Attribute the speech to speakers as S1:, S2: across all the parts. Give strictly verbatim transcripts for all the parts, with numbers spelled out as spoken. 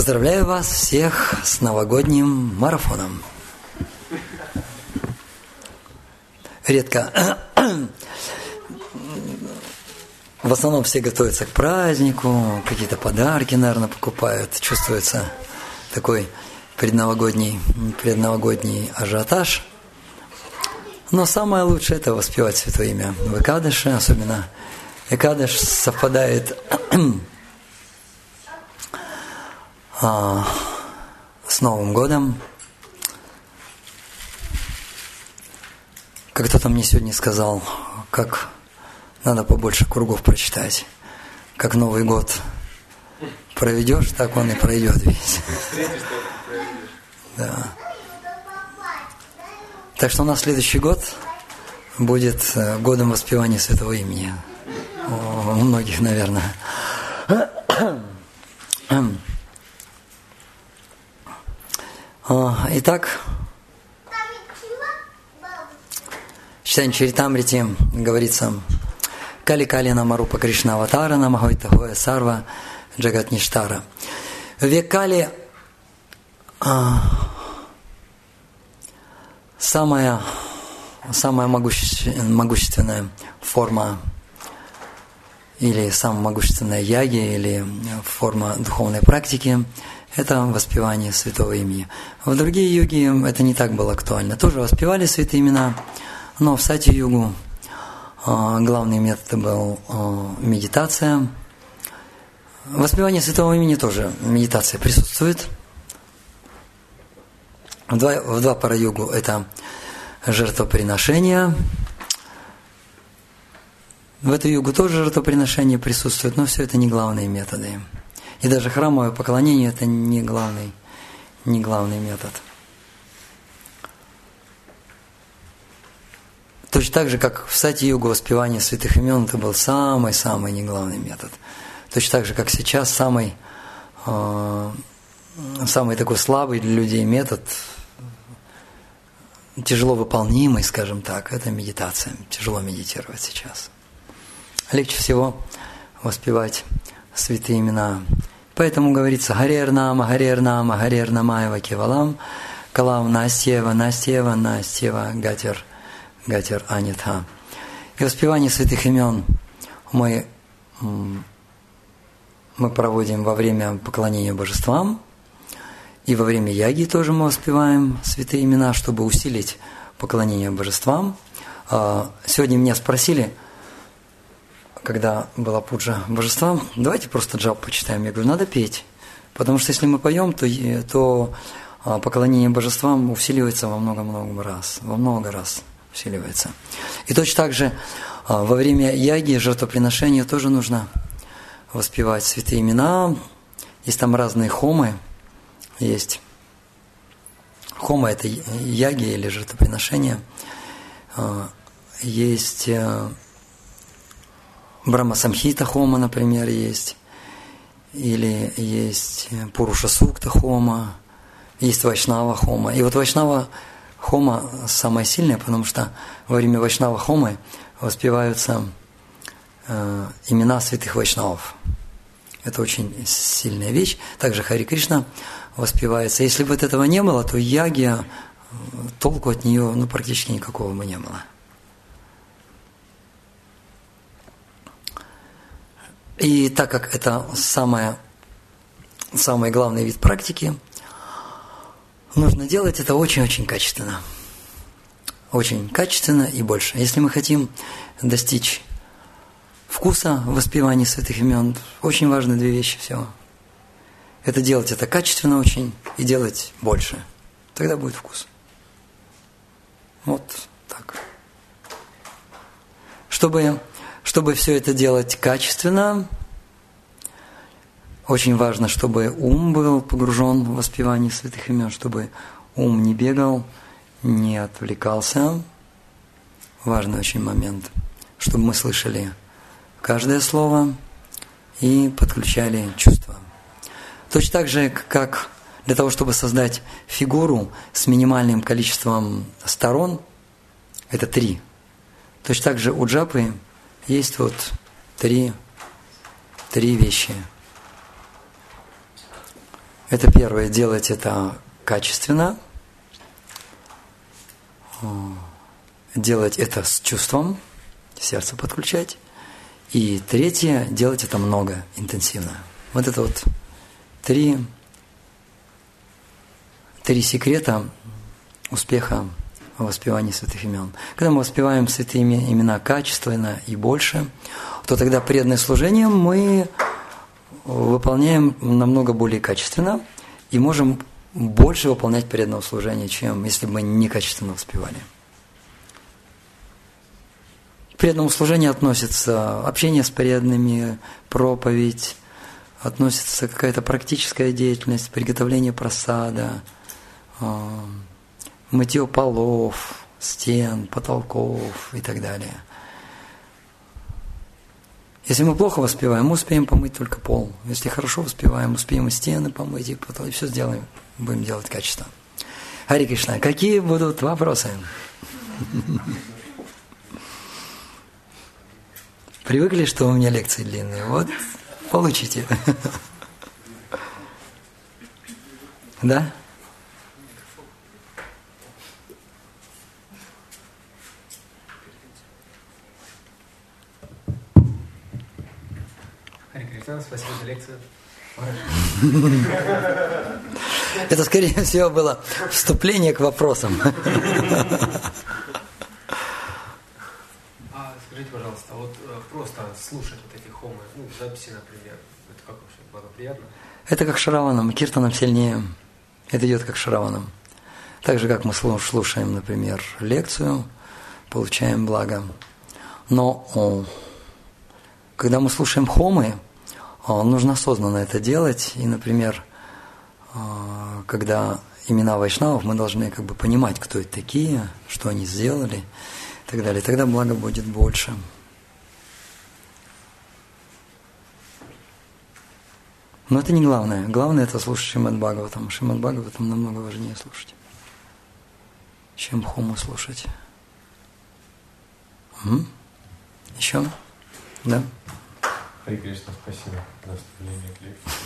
S1: Поздравляю вас всех с новогодним марафоном. Редко. В основном все готовятся к празднику, какие-то подарки, наверное, покупают. Чувствуется такой предновогодний, предновогодний ажиотаж. Но самое лучшее – это воспевать Святое Имя в Экадыше. Особенно Экадыш совпадает а, с Новым годом. Как кто-то мне сегодня сказал, как надо побольше кругов прочитать. Как Новый год проведешь, так он и пройдет весь. Да. Так что у нас следующий год будет годом воспевания Святого Имени. У многих, наверное. Итак, в читании Чаритамрити говорится: Кали Кали Намарупа Кришна Аватара Намахойта Хоя Сарва Джагат Ништара. В век Кали а, самая, самая могущественная форма или самая могущественная яги или форма духовной практики – это воспевание святого имени. В другие йоги это не так было актуально. Тоже воспевали святые имена, но в сати-югу главный метод был медитация. Воспевание святого имени тоже медитация присутствует. В два, в два пара-югу это жертвоприношение. В эту югу тоже жертвоприношение присутствует, но все это не главные методы. И даже храмовое поклонение – это не главный, не главный метод. Точно так же, как в сати-югу воспевание святых имен – это был самый-самый неглавный метод. Точно так же, как сейчас самый, э, самый такой слабый для людей метод, тяжело выполнимый, скажем так, это медитация. Тяжело медитировать сейчас. Легче всего воспевать святые имена. Поэтому говорится «Харер нама, Харер нама, Харер намаева кевалам, калам настева, настева, настева, гатер, гатер анитха». И воспевание святых имен мы, мы проводим во время поклонения божествам, и во время яги тоже мы воспеваем святые имена, чтобы усилить поклонение божествам. Сегодня меня спросили, когда была пуджа божествам, давайте просто джап почитаем. Я говорю, надо петь, потому что если мы поем, то, то поклонение божествам усиливается во много-много раз, во много раз усиливается. И точно так же во время яги, жертвоприношения тоже нужно воспевать святые имена. Есть там разные хомы, есть хома – это яги или жертвоприношения, есть Брахма-самхита хома, например, есть, или есть Пуруша-сукта хома, есть Вайшнава хома. И вот Вайшнава хома самая сильная, потому что во время Вайшнава хомы воспеваются э, имена святых вайшнавов. Это очень сильная вещь. Также Хари Кришна воспевается. Если бы вот этого не было, то яги, толку от нее ну, практически никакого бы не было. И так как это самое, самый главный вид практики, нужно делать это очень-очень качественно. Очень качественно и больше. Если мы хотим достичь вкуса в воспевании святых имен, очень важны две вещи всего. Это делать это качественно очень и делать больше. Тогда будет вкус. Вот так. Чтобы... Чтобы все это делать качественно, очень важно, чтобы ум был погружен в воспевание святых имен, чтобы ум не бегал, не отвлекался. Важный очень момент, чтобы мы слышали каждое слово и подключали чувства. Точно так же, как для того, чтобы создать фигуру с минимальным количеством сторон, это три. Точно так же у джапы есть вот три, три вещи. Это первое, делать это качественно, делать это с чувством, сердце подключать. И третье, делать это много, интенсивно. Вот это вот три, три секрета успеха в воспевании святых имен. Когда мы воспеваем святые имена качественно и больше, то тогда преданное служение мы выполняем намного более качественно и можем больше выполнять преданного служения, чем если бы мы некачественно воспевали. К преданному служению относится общение с преданными, проповедь, относится какая-то практическая деятельность, приготовление просада, мытье полов, стен, потолков и так далее. Если мы плохо воспеваем, мы успеем помыть только пол. Если хорошо воспеваем, успеем и стены помыть, и потом и все сделаем, будем делать качественно. Хари Кришна, какие будут вопросы? Привыкли, что у меня лекции длинные? Вот, получите. Да?
S2: Спасибо за лекцию.
S1: Это, скорее всего, было вступление к вопросам.
S2: А скажите, пожалуйста, вот просто слушать вот эти хомы, ну, записи, например, это как вообще благоприятно?
S1: Это как шраванам, киртаном сильнее. Это идет как шраванам. Так же, как мы слушаем, например, лекцию, получаем благо. Но о, когда мы слушаем хомы, нужно осознанно это делать. И, например, когда имена вайшнавов, мы должны как бы понимать, кто это такие, что они сделали и так далее. Тогда благо будет больше. Но это не главное. Главное это слушать Шримад Бхагаватам. Шримад Бхагаватам намного важнее слушать, чем хому слушать. Угу. Еще? Да?
S3: Хари Кришна, спасибо за вступление к лекции.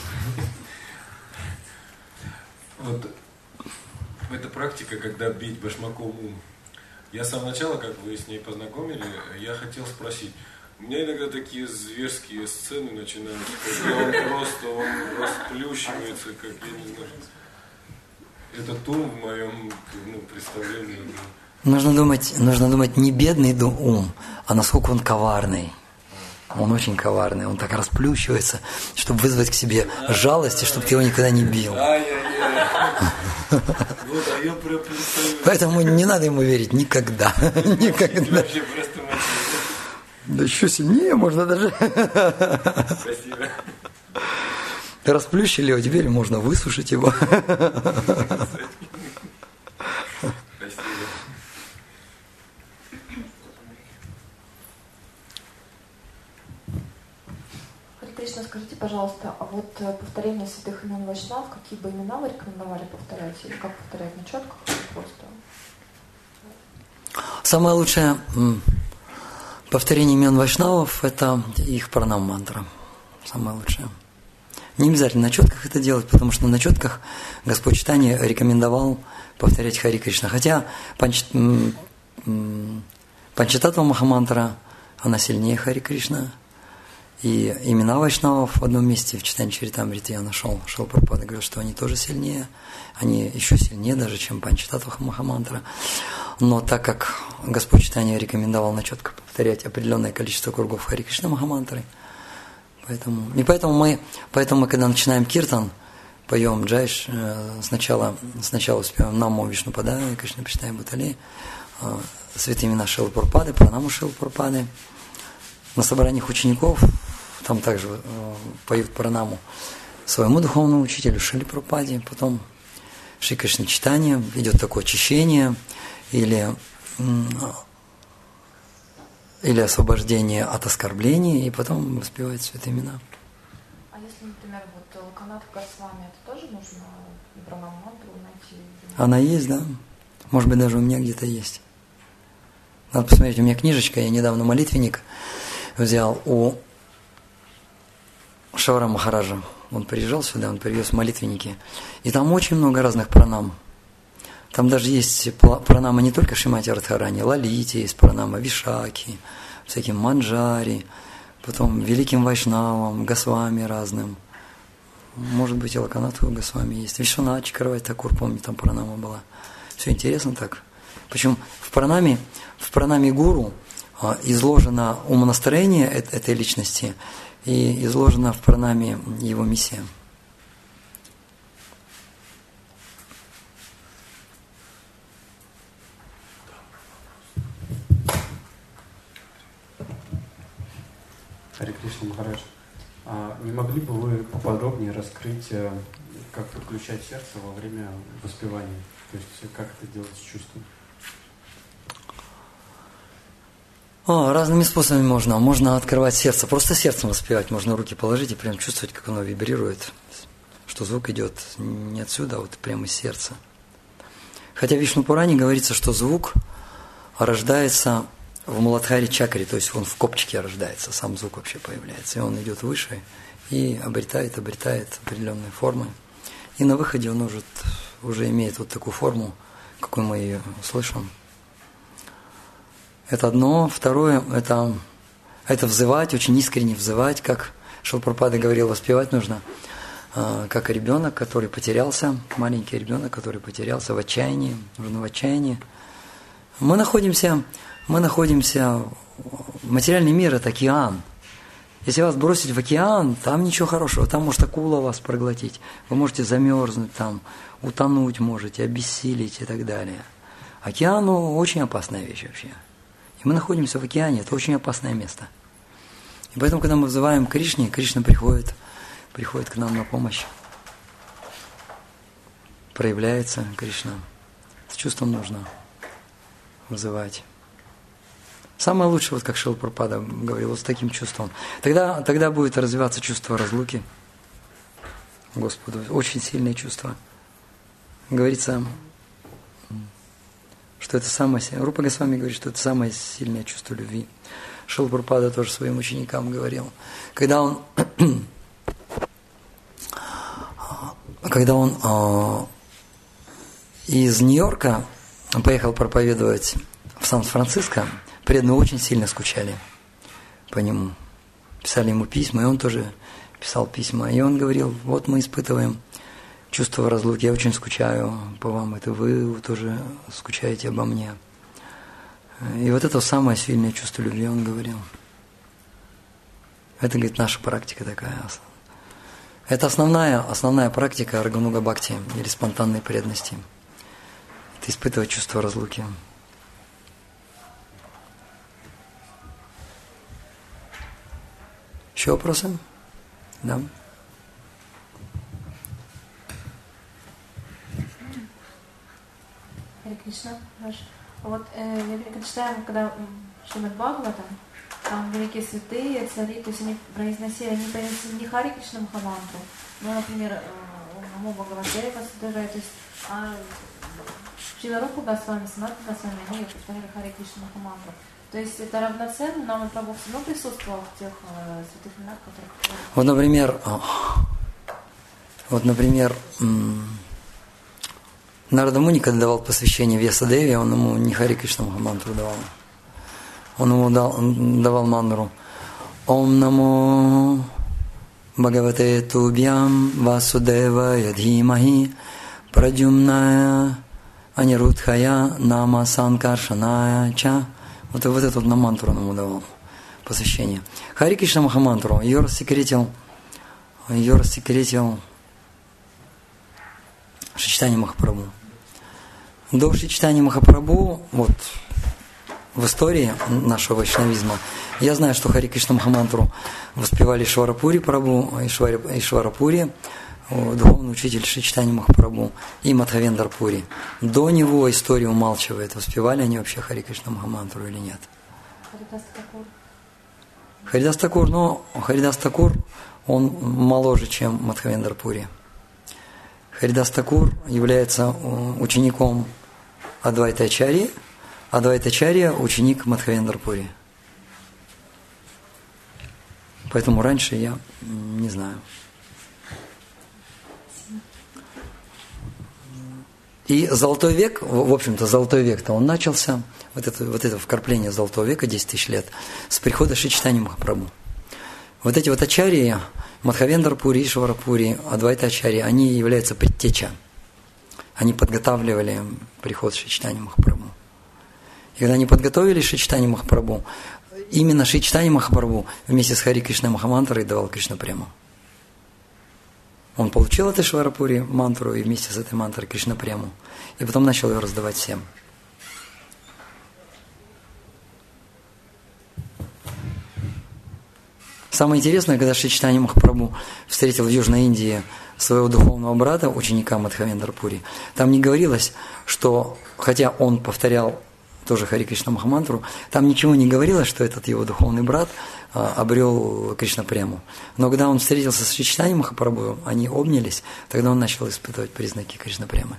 S3: Вот эта практика, когда бить башмаком ум. Я с самого начала, как вы с ней познакомили, я хотел спросить. У меня иногда такие зверские сцены начинаются, когда он просто он расплющивается, как я не знаю. Этот ум в моем ну, представлении.
S1: Нужно думать, нужно думать не бедный ум, а насколько он коварный. Он очень коварный, он так расплющивается, чтобы вызвать к себе жалость, и чтобы ты его никогда не бил. Поэтому не надо ему верить никогда. Никогда. Да еще сильнее можно даже.
S3: Спасибо.
S1: Расплющили его, теперь можно высушить его.
S4: Кришна, скажите, пожалуйста, а вот повторение святых имен вайшнав, какие бы имена вы рекомендовали повторять? Или как повторять, на четках или просто?
S1: Самое лучшее повторение имен вайшнавов – это их пранам-мантра. Самое лучшее. Не обязательно на четках это делать, потому что на четках Господь Чайтанья рекомендовал повторять Хари Кришна. Хотя панч... Панчататва Махамантра, она сильнее Хари Кришна. И имена вайшнавов в одном месте в Чайтанья Чаритамрите я нашел. Шрила Прабхупада говорил, что они тоже сильнее. Они еще сильнее даже, чем Панчататва Махамантра. Но так как Господь Чайтанья рекомендовал на четко повторять определенное количество кругов Хари Кришна Махамантры, поэтому, и поэтому мы, поэтому мы, когда начинаем киртан, поем джайш, сначала, сначала успеваем Намо Вишну Падая, Кришна Пришная Бутали, святые имена Шрилы Прабхупады, Пранаму Шрилы Прабхупады. На собраниях учеников там также э, поют Пранаму своему духовному учителю Шриле Прабхупаде, потом Шри Кришна читание, идет такое очищение или, э, или освобождение от оскорблений, и потом воспевают святые имена.
S4: А если, например, вот Локанатха Госвами, это тоже нужно Браман-мантру найти?
S1: Она есть, да? Может быть, даже у меня где-то есть. Надо посмотреть, у меня книжечка, я недавно молитвенник взял у Шавара Махараджа, он приезжал сюда, он привез молитвенники. И там очень много разных пранам. Там даже есть пранама не только Шримати Радхарани, Лалите есть пранама, Вишаки, всяким Манджари, потом великим Вайшнавам, Госвами разным. Может быть, и Локанатху Госвами есть. Вишванат Чакраварти Такур, помню, там пранама была. Все интересно так. Причем в пранаме, в пранаме гуру изложено умонастроение этой личности и изложена в пранаме его миссия.
S5: Харе Кришна Махарадж, а не могли бы вы поподробнее раскрыть, как подключать сердце во время воспевания? То есть как это делать с чувством?
S1: О, разными способами можно. Можно открывать сердце, просто сердцем воспевать. Можно руки положить и прям чувствовать, как оно вибрирует, что звук идет не отсюда, а вот прямо из сердца. Хотя в Вишну Пуране говорится, что звук рождается в Муладхаре чакре, то есть он в копчике рождается, сам звук вообще появляется. И он идет выше и обретает, обретает определенные формы. И на выходе он уже, уже имеет вот такую форму, какую мы ее слышим. Это одно. Второе, это, это взывать, очень искренне взывать, как Шрила Прабхупада говорил, воспевать нужно, как ребенок, который потерялся, маленький ребенок, который потерялся в отчаянии, нужно в отчаянии. Мы находимся, мы находимся, материальный мир – это океан. Если вас бросить в океан, там ничего хорошего, там может акула вас проглотить, вы можете замерзнуть там, утонуть можете, обессилить и так далее. Океан ну, очень опасная вещь вообще. И мы находимся в океане, это очень опасное место. И поэтому, когда мы взываем к Кришне, Кришна приходит, приходит к нам на помощь. Проявляется Кришна. С чувством нужно взывать. Самое лучшее, вот как Шрила Прабхупада говорил, вот с таким чувством. Тогда, тогда будет развиваться чувство разлуки Господу. Очень сильное чувство. Говорится, что это самое сильное. Рупа Госвами говорит, что это самое сильное чувство любви. Шрила Прабхупада тоже своим ученикам говорил. Когда он, когда он э, из Нью-Йорка поехал проповедовать в Сан-Франциско, преданные очень сильно скучали по нему. Писали ему письма, и он тоже писал письма. И он говорил, вот мы испытываем чувство разлуки, я очень скучаю по вам, это вы тоже скучаете обо мне. И вот это самое сильное чувство любви, он говорил. Это, говорит, наша практика такая. Это основная, основная практика Рагануга Бхакти, или спонтанной преданности. Это испытывать чувство разлуки. Еще вопросы? Да.
S4: Харе Кришна. Вот э, когда читаем, когда Шримад Бхагаватам, там великие святые, цари, то есть они произносили, они произносили не Харе Кришна Махамантру, но, например, Намо Бхагаватева содержать, то есть а Шрила Рупа Госвами, Санатана Госвами, они повторяли Харе Кришна Махамантру. То есть это равноценно, нам и Прабhu все равно присутствовал в тех э, святых именах, которые...
S1: Вот, например, вот, например, Нарада Муни, когда давал посвящение Вьясадеве, он ему не Харе Кришна Махамантру давал. Он ему дал, он давал мантру Ом намо Бхагавате Тубьям Васудевая Дхимахи Праджумная Анирудхая Нама Санкаршаная Ча. Вот, вот эту вот на мантру он ему давал посвящение. Харе Кришна Махамантру, ее рассекретил, ее рассекретил Шри Махапрабху. До Шри Махапрабху, вот в истории нашего вайшнавизма, я знаю, что Харе Кришна Махамантру воспевали Ишварапури Прабху, Ишварапури, духовный учитель Шри Махапрабху и Мадхавендра Пури. До него история умалчивает, воспевали они вообще Харе Кришна Махамантру или нет.
S4: Харидас Такур.
S1: Харидас Такур, но Харидас Такур, он моложе, чем Мадхавендра Пури. Харидас Такур является учеником Адвайта Ачарьи, Адвайта Ачарья ученик Мадхавендра Пури. Поэтому раньше я не знаю. И золотой век, в общем-то, золотой век-то он начался, вот это, вот это вкрапление золотого века, десять тысяч лет, с прихода Шри Чайтаньи Махапрабху. Вот эти вот ачарьи, Мадхавендра Пури, Ишвара Пури, Адвайта ачарьи, они являются предтеча. Они подготавливали приход Шри Чайтаньи Махапрабху. И когда они подготовили Шри Чайтаньи Махапрабху, именно Шри Чайтаньи Махапрабху вместе с Хари Кришной Махамантрой давал Кришна Прему. Он получил от Ишвара Пури мантру и вместе с этой мантрой Кришна Прему. И потом начал ее раздавать всем. Самое интересное, когда Шри Чайтанья Махапрабху встретил в Южной Индии своего духовного брата, ученика Мадхавендра Пури, там не говорилось, что, хотя он повторял тоже Хари Кришна Махамантру, там ничего не говорилось, что этот его духовный брат а, обрел Кришна Прему. Но когда он встретился с Шри Чайтаньей Махапрабху, они обнялись, тогда он начал испытывать признаки Кришна Премы.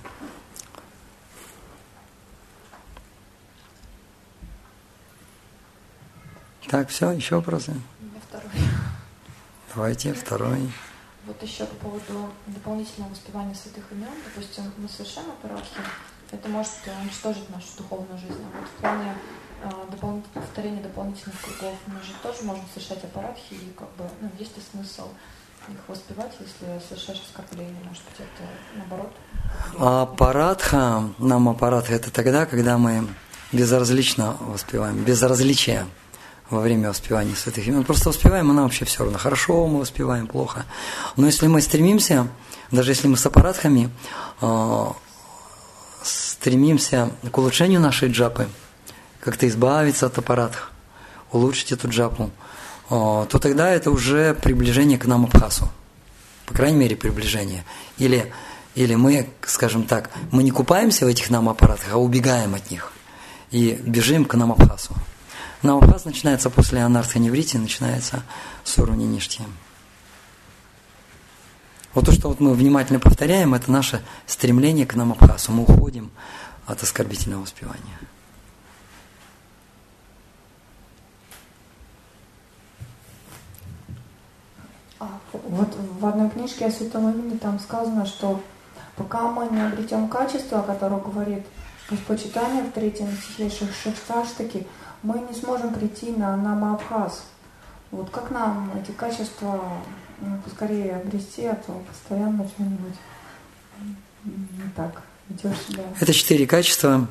S1: Так, все, еще вопросы?
S4: Второй.
S1: Давайте, второй.
S4: Вот еще по поводу дополнительного воспевания святых имен, допустим, мы совершаем аппаратхи, это может уничтожить нашу духовную жизнь. А вот в плане э, допол- повторения дополнительных кругов мы же тоже можем совершать аппаратхи, и как бы, ну, есть ли смысл их воспевать, если совершаешь оскорбление, может быть, это наоборот?
S1: Аппаратха, нам аппаратха это тогда, когда мы безразлично воспеваем, безразличие во время воспевания святых имен. Просто воспеваем, и нам вообще все равно. Хорошо мы воспеваем, плохо. Но если мы стремимся, даже если мы с аппаратхами, э, стремимся к улучшению нашей джапы, как-то избавиться от аппаратх, улучшить эту джапу, э, то тогда это уже приближение к намабхасу. По крайней мере, приближение. Или, или мы, скажем так, мы не купаемся в этих намапаратах, а убегаем от них. И бежим к намабхасу. Намабхас начинается после анартха-неврити, начинается с уровня ништхи. Вот то, что вот мы внимательно повторяем, это наше стремление к намабхасу. Мы уходим от оскорбительного воспевания.
S6: А, вот в одной книжке о святом имени там сказано, что пока мы не обретем качество, о котором говорит Господь Чайтанья в третьем стихе Шикшаштаки, мы не сможем прийти на намабхас. Вот как нам эти качества, ну, поскорее обрести, а то постоянно что-нибудь не так идешь себя.
S1: Это четыре качества.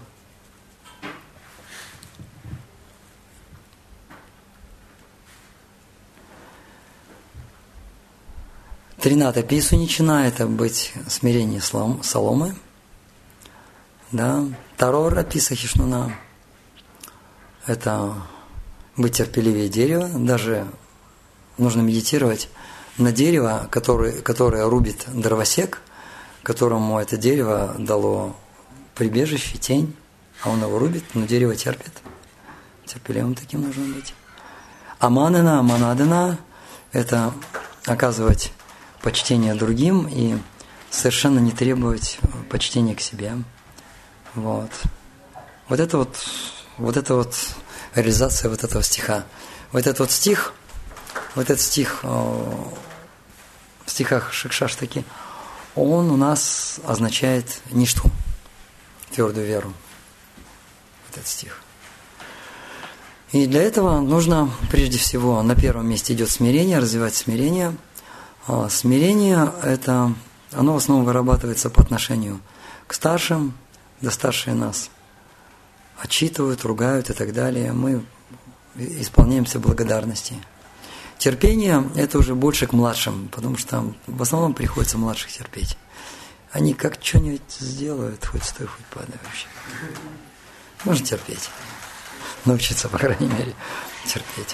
S1: Трината Писуничина – это быть смирение соломы. Да. Тарора Писахишнуна – это быть терпеливее дерева. Даже нужно медитировать на дерево, которое, которое рубит дровосек, которому это дерево дало прибежище, тень, а он его рубит, но дерево терпит. Терпеливым таким нужно быть. Аманана, аманадана – это оказывать почтение другим и совершенно не требовать почтения к себе. Вот. Вот это вот, вот это вот реализация вот этого стиха. Вот этот вот стих, вот этот стих в стихах Шикшаштаки, он у нас означает ништху, твердую веру. Вот этот стих. И для этого нужно, прежде всего, на первом месте идет смирение, развивать смирение. Смирение – это, оно в основном вырабатывается по отношению к старшим, да старшие нас отчитывают, ругают и так далее. Мы исполняемся благодарности. Терпение – это уже больше к младшим, потому что там в основном приходится младших терпеть. Они как что-нибудь сделают, хоть стой, хоть падай вообще. Можно терпеть. Научиться, по крайней мере, терпеть.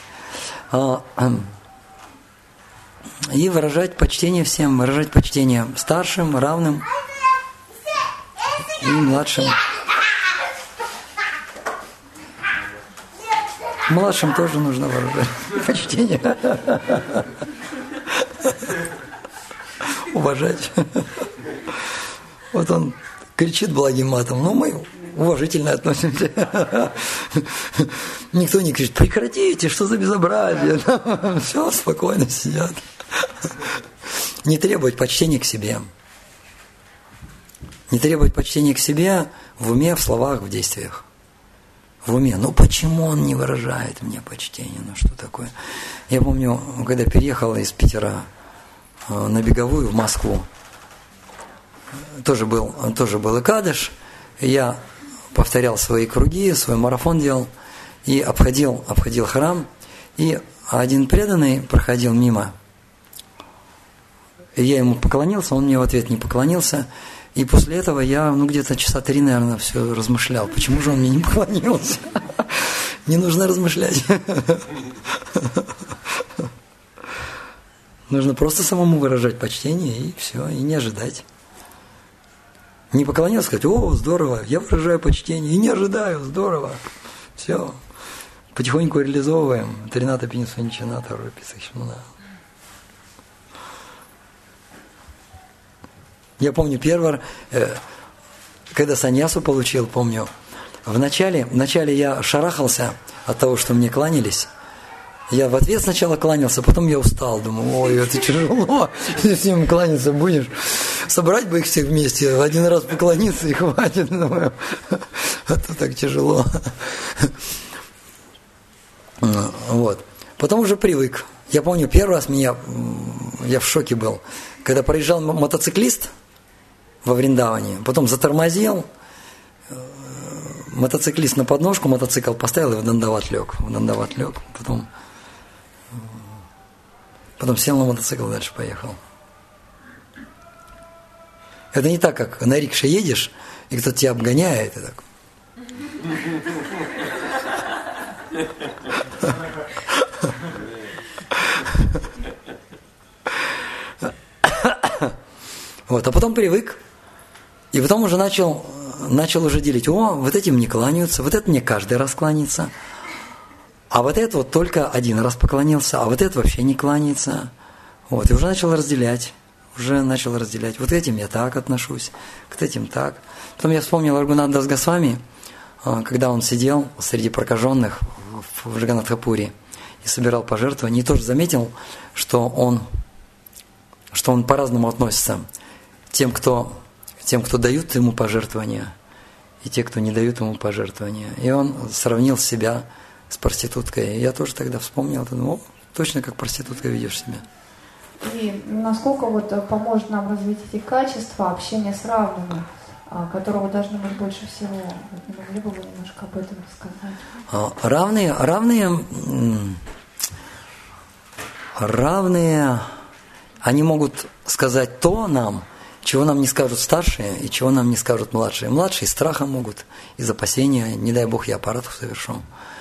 S1: И выражать почтение всем, выражать почтение старшим, равным и младшим. Младшим тоже нужно выражать почтение. Уважать. Вот он кричит благим матом, но мы уважительно относимся. Никто не кричит: прекратите, что за безобразие. Все, спокойно сидят. Не требовать почтения к себе. Не требовать почтения к себе в уме, в словах, в действиях. В уме. Ну почему он не выражает мне почтение? Ну что такое? Я помню, когда переехал из Питера на Беговую в Москву, тоже был, тоже был Икадыш, я повторял свои круги, свой марафон делал, и обходил, обходил храм, и один преданный проходил мимо, и я ему поклонился, он мне в ответ не поклонился, и после этого я, ну, где-то часа три, наверное, все размышлял, почему же он мне не поклонился? Не нужно размышлять. Нужно просто самому выражать почтение, и все, и не ожидать. Не поклонился, сказать: о, здорово, я выражаю почтение, и не ожидаю, здорово. Все, потихоньку реализовываем. Трината Пинису Ничаната Руписа Хишмана. Я помню первый, когда саньясу получил, помню, вначале, вначале я шарахался от того, что мне кланялись. Я в ответ сначала кланялся, потом я устал. Думаю: ой, это тяжело, если всем кланяться будешь. Собрать бы их всех вместе, в один раз поклониться и хватит. Думаю, это так тяжело. Вот. Потом уже привык. Я помню, первый раз меня, я в шоке был, когда проезжал мотоциклист во Вриндаване, потом затормозил, мотоциклист на подножку, мотоцикл поставил и в дандават лег. В дандават лег, потом, потом сел на мотоцикл и дальше поехал. Это не так, как на рикше едешь, и кто-то тебя обгоняет, и так. Вот, а потом привык, и потом уже начал, начал уже делить: о, вот этим не кланяются, вот это мне каждый раз кланяется, а вот это вот только один раз поклонился, а вот это вообще не кланяется. Вот, и уже начал разделять, уже начал разделять. Вот к этим я так отношусь, к этим так. Потом я вспомнил Рагунат Дас Госвами, когда он сидел среди прокаженных в Джаганнатхапуре и собирал пожертвования, и тоже заметил, что он, что он по-разному относится тем, кто, тем, кто дают ему пожертвования, и те, кто не дают ему пожертвования. И он сравнил себя с проституткой. И я тоже тогда вспомнил, думал: о, точно как проститутка ведешь себя.
S6: И насколько вот поможет нам развить эти качества общения с равными, которого должно быть больше всего? Не могли бы вы немножко об этом рассказать?
S1: Равные, равные, равные, они могут сказать то нам, чего нам не скажут старшие и чего нам не скажут младшие. Младшие страха могут, из опасения, не дай Бог, я аппарату совершу.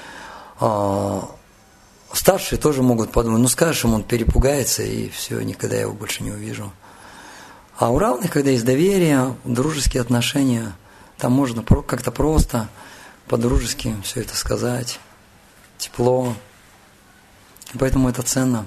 S1: Старшие тоже могут подумать: ну скажешь ему, он перепугается, и все, никогда я его больше не увижу. А у равных, когда есть доверие, дружеские отношения, там можно как-то просто, по-дружески все это сказать, тепло. И поэтому это ценно,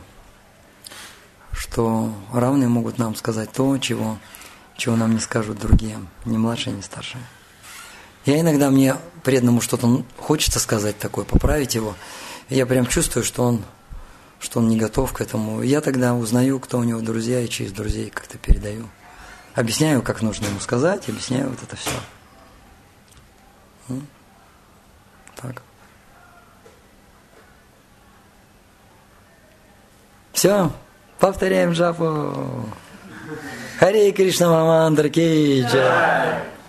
S1: что равные могут нам сказать то, чего, чего нам не скажут другие, ни младшие, ни старшие. Я иногда, мне преданному что-то хочется сказать такое, поправить его, и я прям чувствую, что он, что он не готов к этому. И я тогда узнаю, кто у него друзья, и через друзей как-то передаю. Объясняю, как нужно ему сказать, объясняю вот это все. Ну, так. Все, повторяем джапу. Харе Кришна Мамандра Ки Джай.